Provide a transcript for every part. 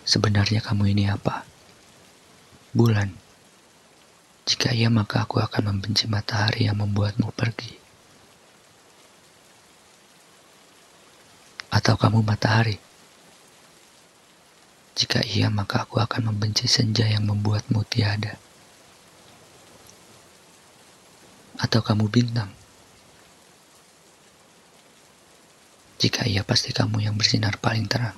Sebenarnya kamu ini apa? Bulan. Jika iya, maka aku akan membenci matahari yang membuatmu pergi. Atau kamu matahari? Jika iya, maka aku akan membenci senja yang membuatmu tiada. Atau kamu bintang? Jika iya, pasti kamu yang bersinar paling terang.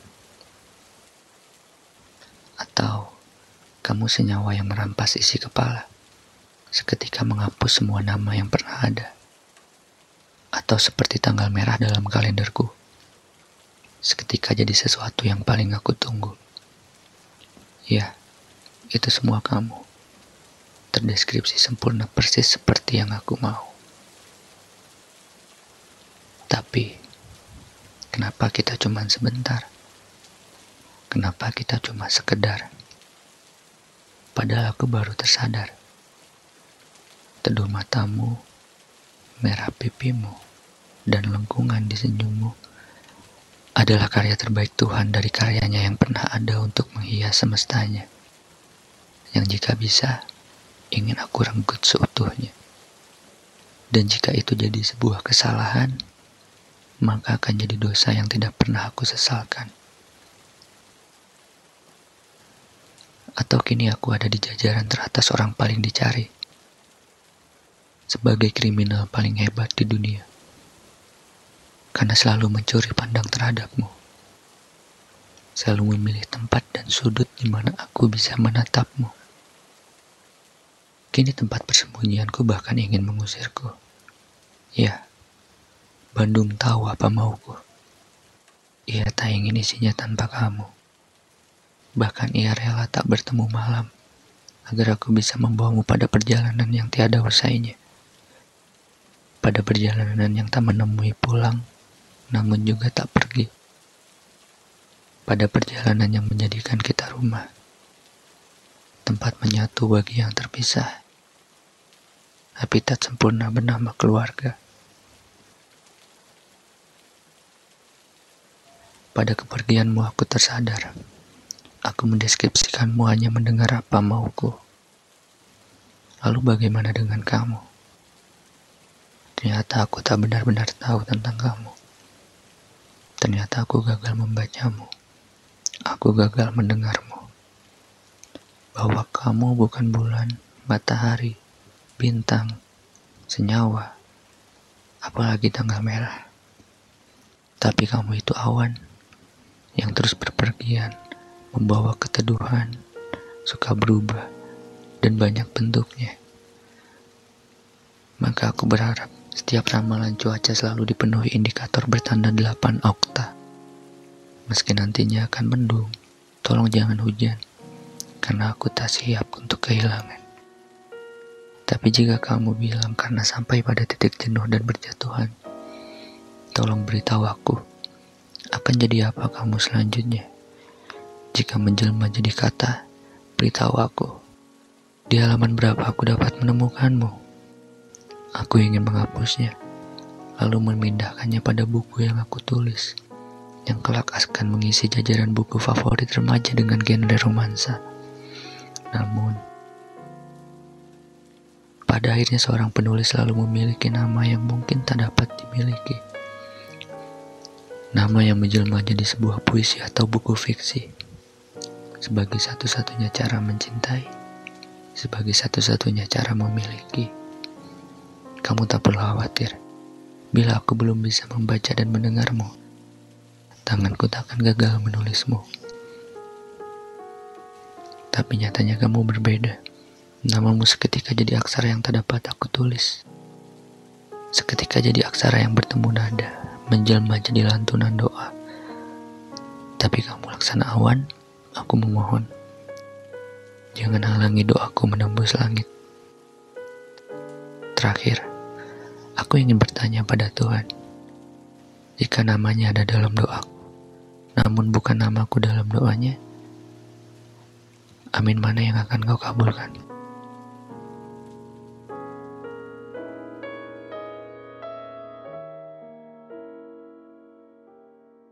Atau kamu senyawa yang merampas isi kepala, seketika menghapus semua nama yang pernah ada. Atau seperti tanggal merah dalam kalenderku, seketika jadi sesuatu yang paling aku tunggu. Ya, itu semua kamu, terdeskripsi sempurna persis seperti yang aku mau. Tapi, kenapa kita cuma sebentar? Kenapa kita cuma sekedar? Padahal aku baru tersadar. Teduh matamu, merah pipimu, dan lengkungan di senyummu adalah karya terbaik Tuhan dari karyanya yang pernah ada untuk menghias semestanya. Yang jika bisa, ingin aku renggut seutuhnya. Dan jika itu jadi sebuah kesalahan, maka akan jadi dosa yang tidak pernah aku sesalkan. Atau kini aku ada di jajaran teratas orang paling dicari, sebagai kriminal paling hebat di dunia, karena selalu mencuri pandang terhadapmu, selalu memilih tempat dan sudut di mana aku bisa menatapmu. Kini tempat persembunyianku bahkan ingin mengusirku. Ya, Bandung tahu apa mauku. Ia tak ingin isinya tanpa kamu. Bahkan ia rela tak bertemu malam, agar aku bisa membawamu pada perjalanan yang tiada usainya. Pada perjalanan yang tak menemui pulang, namun juga tak pergi. Pada perjalanan yang menjadikan kita rumah, tempat menyatu bagi yang terpisah. Habitat sempurna bernama keluarga. Pada kepergianmu aku tersadar. Aku mendeskripsikanmu hanya mendengar apa mauku. Lalu bagaimana dengan kamu? Ternyata aku tak benar-benar tahu tentang kamu. Ternyata aku gagal membacamu. Aku gagal mendengarmu. Bahwa kamu bukan bulan, matahari, bintang, senyawa, apalagi tanggal merah. Tapi kamu itu awan yang terus berpergian, membawa keteduhan, suka berubah, dan banyak bentuknya. Maka aku berharap setiap ramalan cuaca selalu dipenuhi indikator bertanda 8 okta. Meski nantinya akan mendung, tolong jangan hujan, karena aku tak siap untuk kehilangan. Tapi jika kamu bilang karena sampai pada titik jenuh dan berjatuhan, tolong beritahu aku, akan jadi apa kamu selanjutnya? Jika menjelma jadi kata, beritahu aku, di halaman berapa aku dapat menemukanmu? Aku ingin menghapusnya, lalu memindahkannya pada buku yang aku tulis, yang kelak akan mengisi jajaran buku favorit remaja dengan genre romansa. Namun, pada akhirnya seorang penulis selalu memiliki nama yang mungkin tak dapat dimiliki. Nama yang menjelma jadi sebuah puisi atau buku fiksi. Sebagai satu-satunya cara mencintai, sebagai satu-satunya cara memiliki. Kamu tak perlu khawatir, bila aku belum bisa membaca dan mendengarmu, tanganku tak akan gagal menulismu. Tapi nyatanya kamu berbeda. Namamu seketika jadi aksara yang tak dapat aku tulis. Seketika jadi aksara yang bertemu nada, menjelma jadi lantunan doa. Tapi kamu laksana awan, aku memohon, jangan halangi doaku menembus langit. Terakhir, aku ingin bertanya pada Tuhan, jika namanya ada dalam doaku, namun bukan namaku dalam doanya, amin mana yang akan kau kabulkan?